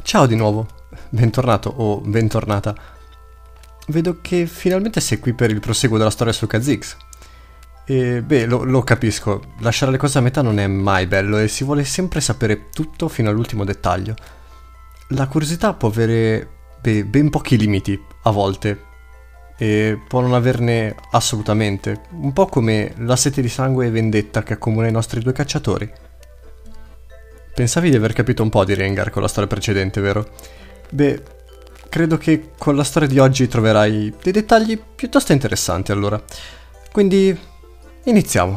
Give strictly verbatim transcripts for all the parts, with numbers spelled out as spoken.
Ciao di nuovo, bentornato o bentornata. Vedo che finalmente sei qui per il proseguo della storia su Kha'Zix. E beh, lo, lo capisco, lasciare le cose a metà non è mai bello e si vuole sempre sapere tutto fino all'ultimo dettaglio. La curiosità può avere, beh, ben pochi limiti, a volte, e può non averne assolutamente, un po' come la sete di sangue e vendetta che accomuna i nostri due cacciatori. Pensavi di aver capito un po' di Rengar con la storia precedente, vero? Beh, credo che con la storia di oggi troverai dei dettagli piuttosto interessanti, allora. Quindi, iniziamo.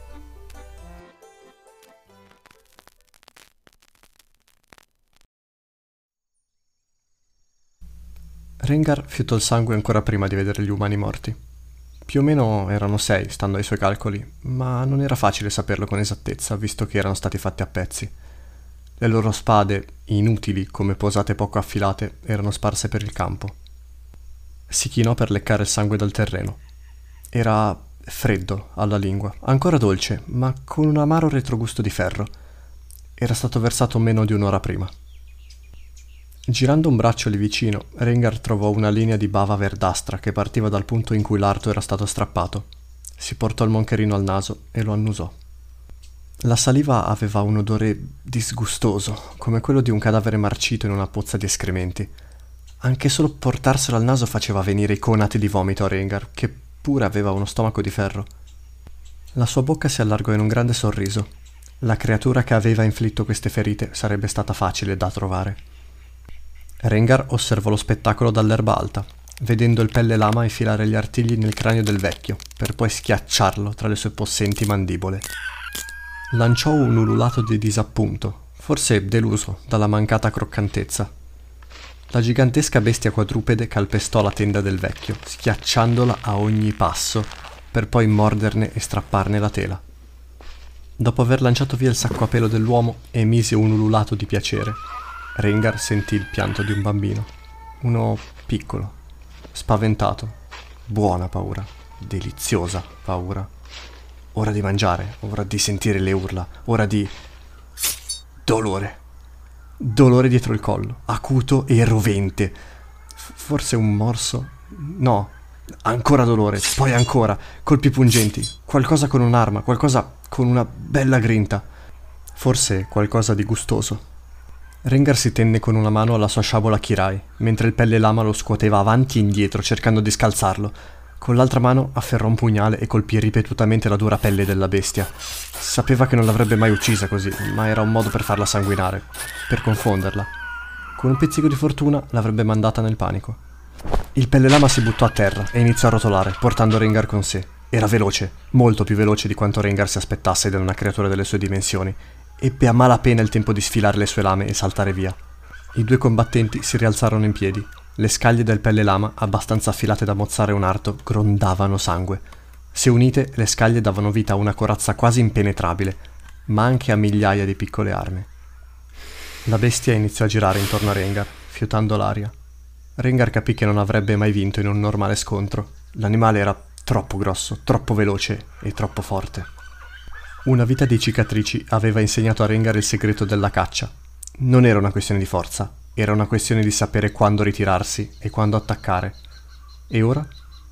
Rengar fiutò il sangue ancora prima di vedere gli umani morti. Più o meno erano sei, stando ai suoi calcoli, ma non era facile saperlo con esattezza, visto che erano stati fatti a pezzi. Le loro spade, inutili come posate poco affilate, erano sparse per il campo. Si chinò per leccare il sangue dal terreno. Era freddo alla lingua, ancora dolce, ma con un amaro retrogusto di ferro. Era stato versato meno di un'ora prima. Girando un braccio lì vicino, Rengar trovò una linea di bava verdastra che partiva dal punto in cui l'arto era stato strappato. Si portò il moncherino al naso e lo annusò. La saliva aveva un odore disgustoso, come quello di un cadavere marcito in una pozza di escrementi. Anche solo portarselo al naso faceva venire i conati di vomito a Rengar, che pure aveva uno stomaco di ferro. La sua bocca si allargò in un grande sorriso. La creatura che aveva inflitto queste ferite sarebbe stata facile da trovare. Rengar osservò lo spettacolo dall'erba alta, vedendo il pelle lama infilare gli artigli nel cranio del vecchio, per poi schiacciarlo tra le sue possenti mandibole. Lanciò un ululato di disappunto, forse deluso dalla mancata croccantezza. La gigantesca bestia quadrupede calpestò la tenda del vecchio, schiacciandola a ogni passo, per poi morderne e strapparne la tela. Dopo aver lanciato via il sacco a pelo dell'uomo, emise un ululato di piacere. Rengar sentì il pianto di un bambino. Uno piccolo, spaventato, buona paura, deliziosa paura. Ora di mangiare, ora di sentire le urla, ora di... dolore. Dolore dietro il collo, acuto e rovente. F- forse un morso? No, ancora dolore, poi ancora, colpi pungenti, qualcosa con un'arma, qualcosa con una bella grinta. Forse qualcosa di gustoso. Rengar si tenne con una mano alla sua sciabola Kirai, mentre il pelle lama lo scuoteva avanti e indietro cercando di scalzarlo. Con l'altra mano afferrò un pugnale e colpì ripetutamente la dura pelle della bestia. Sapeva che non l'avrebbe mai uccisa così, ma era un modo per farla sanguinare, per confonderla. Con un pizzico di fortuna l'avrebbe mandata nel panico. Il pelle lama si buttò a terra e iniziò a rotolare, portando Rengar con sé. Era veloce, molto più veloce di quanto Rengar si aspettasse da una creatura delle sue dimensioni. Ebbe a malapena il tempo di sfilare le sue lame e saltare via. I due combattenti si rialzarono in piedi. Le scaglie del pelle lama, abbastanza affilate da mozzare un arto, grondavano sangue. Se unite, le scaglie davano vita a una corazza quasi impenetrabile, ma anche a migliaia di piccole armi. La bestia iniziò a girare intorno a Rengar, fiutando l'aria. Rengar capì che non avrebbe mai vinto in un normale scontro. L'animale era troppo grosso, troppo veloce e troppo forte. Una vita di cicatrici aveva insegnato a Rengar il segreto della caccia. Non era una questione di forza. Era una questione di sapere quando ritirarsi e quando attaccare. E ora?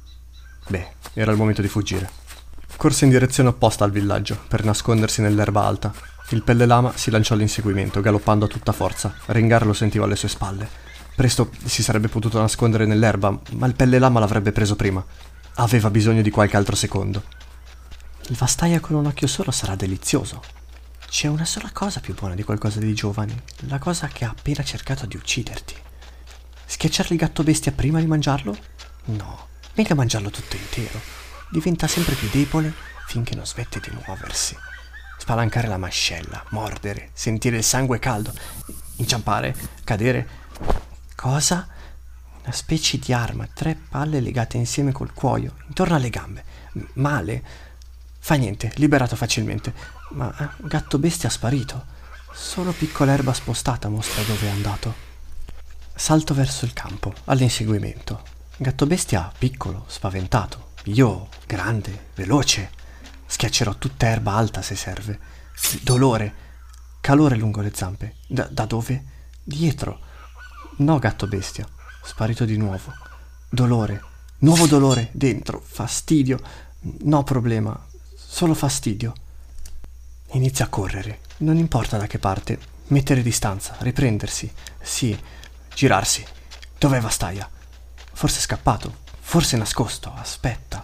Beh, era il momento di fuggire. Corse in direzione opposta al villaggio, per nascondersi nell'erba alta. Il pelle lama si lanciò all'inseguimento, galoppando a tutta forza. Rengar lo sentiva alle sue spalle. Presto si sarebbe potuto nascondere nell'erba, ma il pelle lama l'avrebbe preso prima. Aveva bisogno di qualche altro secondo. Il vastaia con un occhio solo sarà delizioso. C'è una sola cosa più buona di qualcosa di giovani, la cosa che ha appena cercato di ucciderti. Schiacciargli il gatto bestia prima di mangiarlo? No, mica mangiarlo tutto intero. Diventa sempre più debole finché non smette di muoversi. Spalancare la mascella, mordere, sentire il sangue caldo, inciampare, cadere. Cosa? Una specie di arma, tre palle legate insieme col cuoio, intorno alle gambe. M- male? Fa niente, liberato facilmente. Ma gatto bestia sparito. Solo piccola erba spostata mostra dove è andato. Salto verso il campo, all'inseguimento. Gatto bestia piccolo, spaventato. Io, grande, veloce. Schiaccerò tutta erba alta se serve. Dolore, calore lungo le zampe. Da, da dove? Dietro. No, gatto bestia. Sparito di nuovo. Dolore. Nuovo dolore. Dentro. Fastidio. No problema. Solo fastidio. Inizia a correre. Non importa da che parte. Mettere distanza. Riprendersi. Sì. Girarsi. Dov'è Vastaia? Forse è scappato. Forse è nascosto. Aspetta.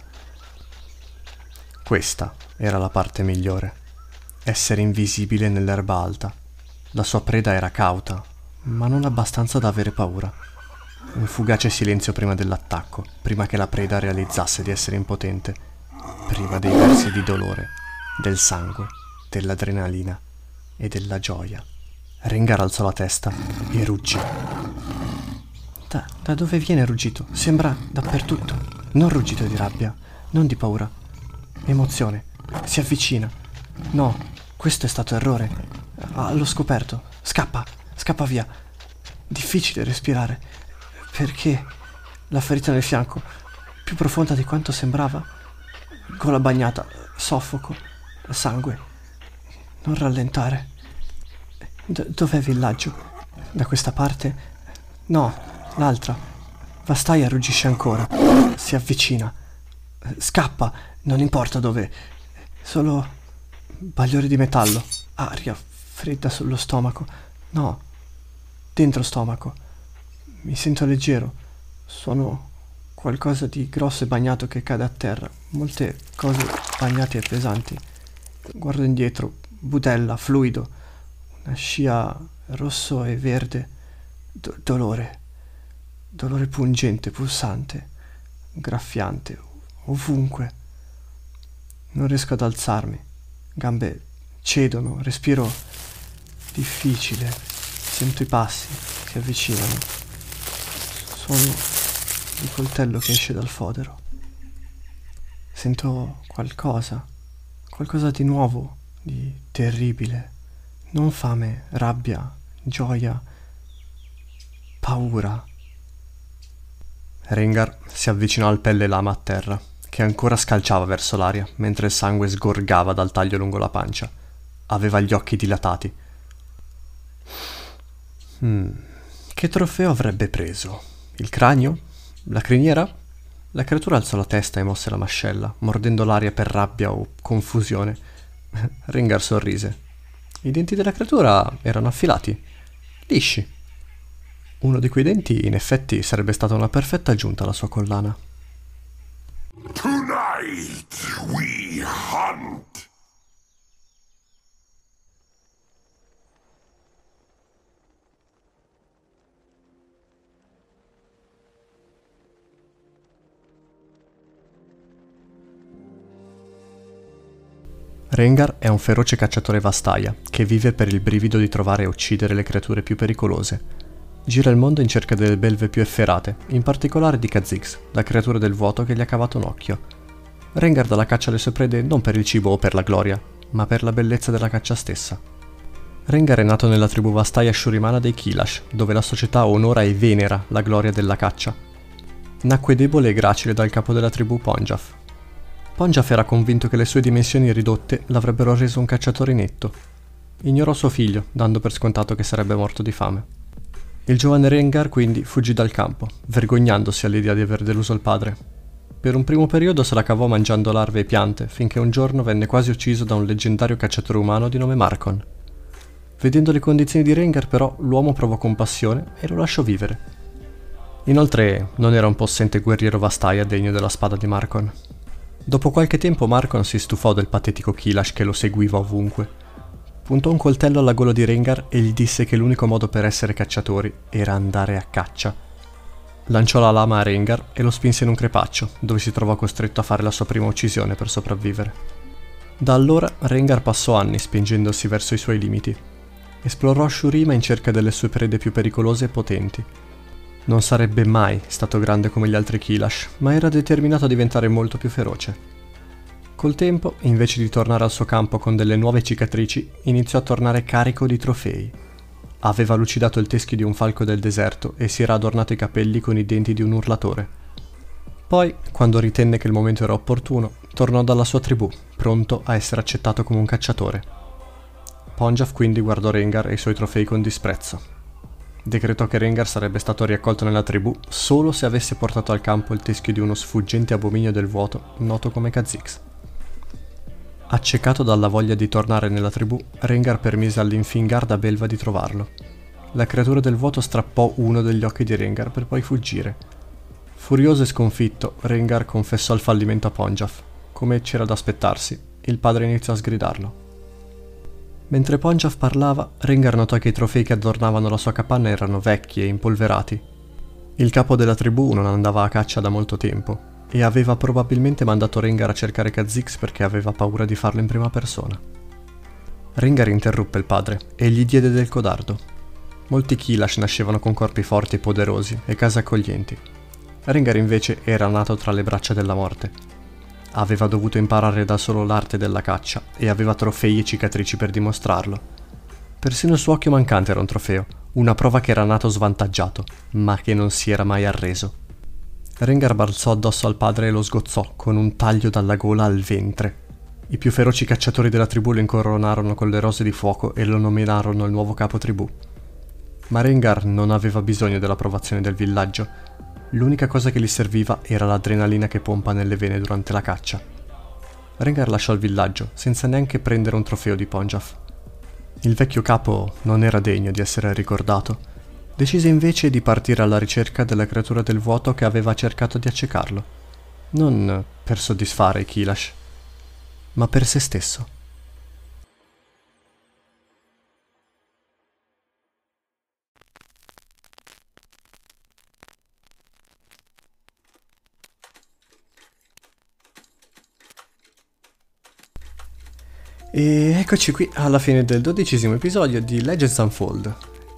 Questa era la parte migliore. Essere invisibile nell'erba alta. La sua preda era cauta, ma non abbastanza da avere paura. Un fugace silenzio prima dell'attacco, prima che la preda realizzasse di essere impotente, priva dei versi di dolore, del sangue, dell'adrenalina e della gioia. Rengar alzò la testa e ruggì. Da, da dove viene il ruggito? Sembra dappertutto. Non ruggito di rabbia, non di paura. Emozione. Si avvicina. No, questo è stato errore. Ah, l'ho scoperto. Scappa, scappa via. Difficile respirare. Perché? La ferita nel fianco, più profonda di quanto sembrava. Gola bagnata, soffoco, sangue. Non rallentare. D- dov'è il villaggio? Da questa parte? No, l'altra. Vastaia ruggisce ancora. Si avvicina. Scappa, non importa dove. Solo bagliore di metallo. Aria fredda sullo stomaco. No, dentro stomaco. Mi sento leggero. Sono qualcosa di grosso e bagnato che cade a terra. Molte cose bagnate e pesanti. Guardo indietro. Budella, fluido. Una scia rosso e verde. Do- dolore. Dolore pungente, pulsante. Graffiante. Ovunque. Non riesco ad alzarmi. Gambe cedono. Respiro difficile. Sento i passi. Si avvicinano. Suono il coltello che esce dal fodero. Sento qualcosa, qualcosa di nuovo, di terribile. Non fame, rabbia, gioia, paura. Rengar si avvicinò al pelle lama a terra, che ancora scalciava verso l'aria, mentre il sangue sgorgava dal taglio lungo la pancia. Aveva gli occhi dilatati. Hmm, che trofeo avrebbe preso? Il cranio? La criniera? La creatura alzò la testa e mosse la mascella, mordendo l'aria per rabbia o confusione. Rengar sorrise. I denti della creatura erano affilati, lisci. Uno di quei denti, in effetti, sarebbe stata una perfetta aggiunta alla sua collana. Tonight we hunt. Rengar è un feroce cacciatore Vastaia, che vive per il brivido di trovare e uccidere le creature più pericolose. Gira il mondo in cerca delle belve più efferate, in particolare di Kha'Zix, la creatura del vuoto che gli ha cavato un occhio. Rengar dà la caccia alle sue prede non per il cibo o per la gloria, ma per la bellezza della caccia stessa. Rengar è nato nella tribù Vastaia Shurimana dei Kilash, dove la società onora e venera la gloria della caccia. Nacque debole e gracile dal capo della tribù Ponjaf. Ponjaf era convinto che le sue dimensioni ridotte l'avrebbero reso un cacciatore inetto. Ignorò suo figlio, dando per scontato che sarebbe morto di fame. Il giovane Rengar quindi fuggì dal campo, vergognandosi all'idea di aver deluso il padre. Per un primo periodo se la cavò mangiando larve e piante, finché un giorno venne quasi ucciso da un leggendario cacciatore umano di nome Markon. Vedendo le condizioni di Rengar, però, l'uomo provò compassione e lo lasciò vivere. Inoltre, non era un possente guerriero Vastaia degno della spada di Markon. Dopo qualche tempo Markon si stufò del patetico Kilash che lo seguiva ovunque. Puntò un coltello alla gola di Rengar e gli disse che l'unico modo per essere cacciatori era andare a caccia. Lanciò la lama a Rengar e lo spinse in un crepaccio, dove si trovò costretto a fare la sua prima uccisione per sopravvivere. Da allora Rengar passò anni spingendosi verso i suoi limiti. Esplorò Shurima in cerca delle sue prede più pericolose e potenti. Non sarebbe mai stato grande come gli altri Kilash, ma era determinato a diventare molto più feroce. Col tempo, invece di tornare al suo campo con delle nuove cicatrici, iniziò a tornare carico di trofei. Aveva lucidato il teschio di un falco del deserto e si era adornato i capelli con i denti di un urlatore. Poi, quando ritenne che il momento era opportuno, tornò dalla sua tribù, pronto a essere accettato come un cacciatore. Ponjaf quindi guardò Rengar e i suoi trofei con disprezzo. decretò che Rengar sarebbe stato riaccolto nella tribù solo se avesse portato al campo il teschio di uno sfuggente abominio del vuoto noto come Kha'Zix. Accecato dalla voglia di tornare nella tribù, Rengar permise all'Infingarda belva di trovarlo. La creatura del vuoto strappò uno degli occhi di Rengar per poi fuggire. Furioso e sconfitto, Rengar confessò il fallimento a Ponjaf. Come c'era da aspettarsi, il padre iniziò a sgridarlo. Mentre Ponjaf parlava, Rengar notò che i trofei che adornavano la sua capanna erano vecchi e impolverati. Il capo della tribù non andava a caccia da molto tempo e aveva probabilmente mandato Rengar a cercare Kha'Zix perché aveva paura di farlo in prima persona. Rengar interruppe il padre e gli diede del codardo. Molti Kilash nascevano con corpi forti e poderosi e case accoglienti. Rengar invece era nato tra le braccia della morte. Aveva dovuto imparare da solo l'arte della caccia e aveva trofei e cicatrici per dimostrarlo. Persino il suo occhio mancante era un trofeo, una prova che era nato svantaggiato, ma che non si era mai arreso. Rengar balzò addosso al padre e lo sgozzò con un taglio dalla gola al ventre. I più feroci cacciatori della tribù lo incoronarono con le rose di fuoco e lo nominarono il nuovo capo tribù. Ma Rengar non aveva bisogno dell'approvazione del villaggio. L'unica cosa che gli serviva era l'adrenalina che pompa nelle vene durante la caccia. Rengar lasciò il villaggio senza neanche prendere un trofeo di Ponjaf. Il vecchio capo non era degno di essere ricordato. Decise invece di partire alla ricerca della creatura del vuoto che aveva cercato di accecarlo. Non per soddisfare i Kilash, ma per se stesso. E eccoci qui alla fine del dodicesimo episodio di Legends Unfold.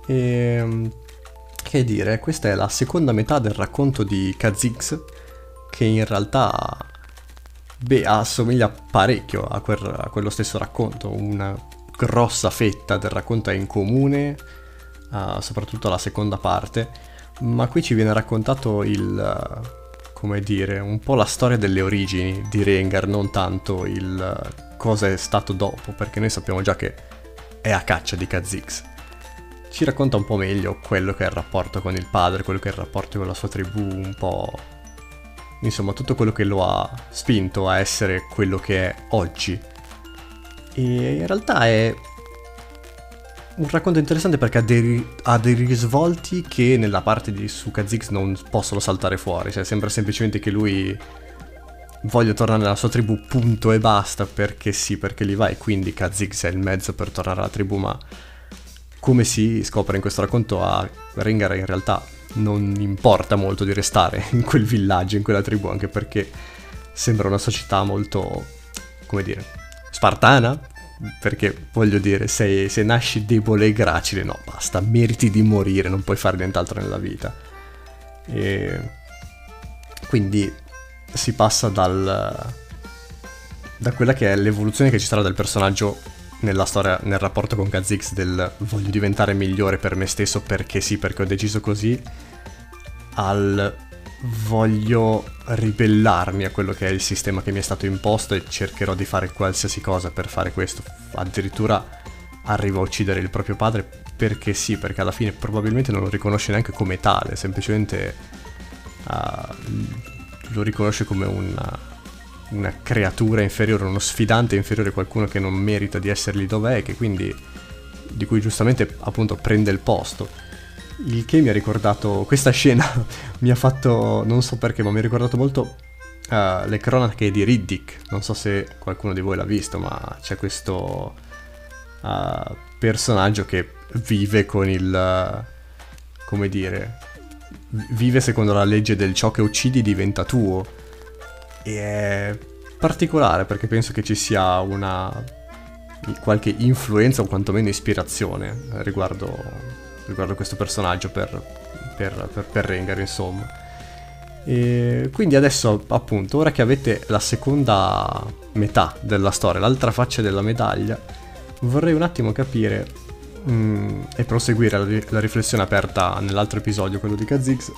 E che dire, questa è la seconda metà del racconto di Kha'Zix, che in realtà, beh, assomiglia parecchio a, quel, a quello stesso racconto. Una grossa fetta del racconto è in comune, uh, soprattutto la seconda parte, ma qui ci viene raccontato il, uh, come dire, un po' la storia delle origini di Rengar, non tanto il uh, cosa è stato dopo, perché noi sappiamo già che è a caccia di Kha'Zix. Ci racconta un po' meglio quello che è il rapporto con il padre, quello che è il rapporto con la sua tribù, un po'... insomma, tutto quello che lo ha spinto a essere quello che è oggi. E in realtà è un racconto interessante perché ha dei, ha dei risvolti che nella parte di su Kha'Zix non possono saltare fuori. Cioè, sembra semplicemente che lui voglia tornare alla sua tribù, punto e basta, perché sì, perché li va, e quindi Kha'Zix è il mezzo per tornare alla tribù, ma come si scopre in questo racconto, a Rengar in realtà non importa molto di restare in quel villaggio, in quella tribù, anche perché sembra una società molto, come dire, spartana, perché voglio dire, se, se nasci debole e gracile, no, basta, meriti di morire, non puoi fare nient'altro nella vita. E quindi si passa dal da quella che è l'evoluzione che ci sarà del personaggio nella storia, nel rapporto con Kha'Zix, del voglio diventare migliore per me stesso perché sì, perché ho deciso così, al voglio ribellarmi a quello che è il sistema che mi è stato imposto e cercherò di fare qualsiasi cosa per fare questo. Addirittura arriva a uccidere il proprio padre perché sì, perché alla fine probabilmente non lo riconosce neanche come tale, semplicemente uh, lo riconosce come una, una creatura inferiore, uno sfidante inferiore, qualcuno che non merita di essere lì dov'è e che quindi, di cui giustamente appunto prende il posto. Il che mi ha ricordato, questa scena mi ha fatto, non so perché, ma mi ha ricordato molto uh, le cronache di Riddick. Non so se qualcuno di voi l'ha visto, ma c'è questo uh, personaggio che vive con il, uh, come dire, vive secondo la legge del ciò che uccidi diventa tuo, e è particolare perché penso che ci sia una qualche influenza o quantomeno ispirazione riguardo, riguardo questo personaggio per, per, per, per Rengar, insomma. E quindi adesso, appunto, ora che avete la seconda metà della storia, l'altra faccia della medaglia, vorrei un attimo capire Mm, e proseguire la, ri- la riflessione aperta nell'altro episodio, quello di Kha'Zix,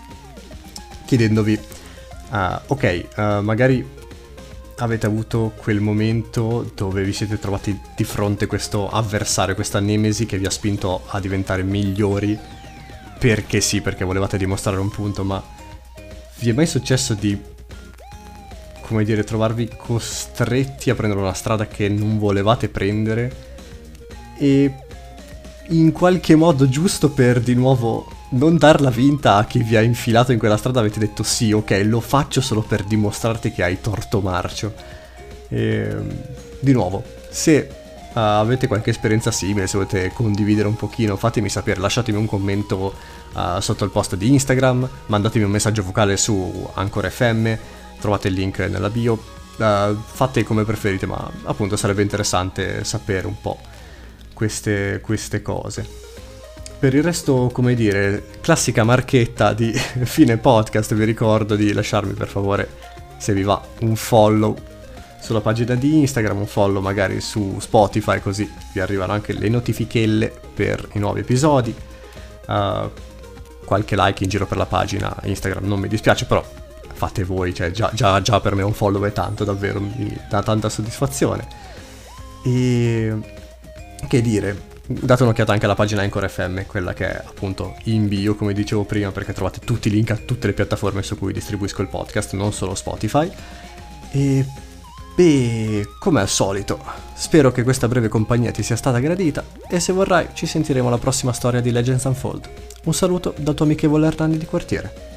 chiedendovi uh, ok, uh, magari avete avuto quel momento dove vi siete trovati di fronte a questo avversario, questa nemesi che vi ha spinto a diventare migliori perché sì, perché volevate dimostrare un punto, ma vi è mai successo di, come dire, trovarvi costretti a prendere una strada che non volevate prendere e in qualche modo, giusto per di nuovo non darla vinta a chi vi ha infilato in quella strada, avete detto sì, ok, lo faccio solo per dimostrarti che hai torto marcio? E, di nuovo, se uh, avete qualche esperienza simile, se volete condividere un pochino, fatemi sapere, lasciatemi un commento uh, sotto il post di Instagram, mandatemi un messaggio vocale su Anchor F M, trovate il link nella bio, uh, fate come preferite, ma appunto sarebbe interessante sapere un po' queste, queste cose. Per il resto, come dire, classica marchetta di fine podcast, vi ricordo di lasciarmi per favore, se vi va, un follow sulla pagina di Instagram, un follow magari su Spotify, così vi arrivano anche le notifichelle per i nuovi episodi, uh, qualche like in giro per la pagina Instagram non mi dispiace, però fate voi, cioè già, già, già per me un follow è tanto, davvero mi dà tanta soddisfazione. E che dire, date un'occhiata anche alla pagina Anchor F M, quella che è appunto in bio, come dicevo prima, perché trovate tutti i link a tutte le piattaforme su cui distribuisco il podcast, non solo Spotify. E beh, come al solito, spero che questa breve compagnia ti sia stata gradita e se vorrai ci sentiremo alla prossima storia di Legends Unfold. Un saluto dal tuo amichevole Hernani di quartiere.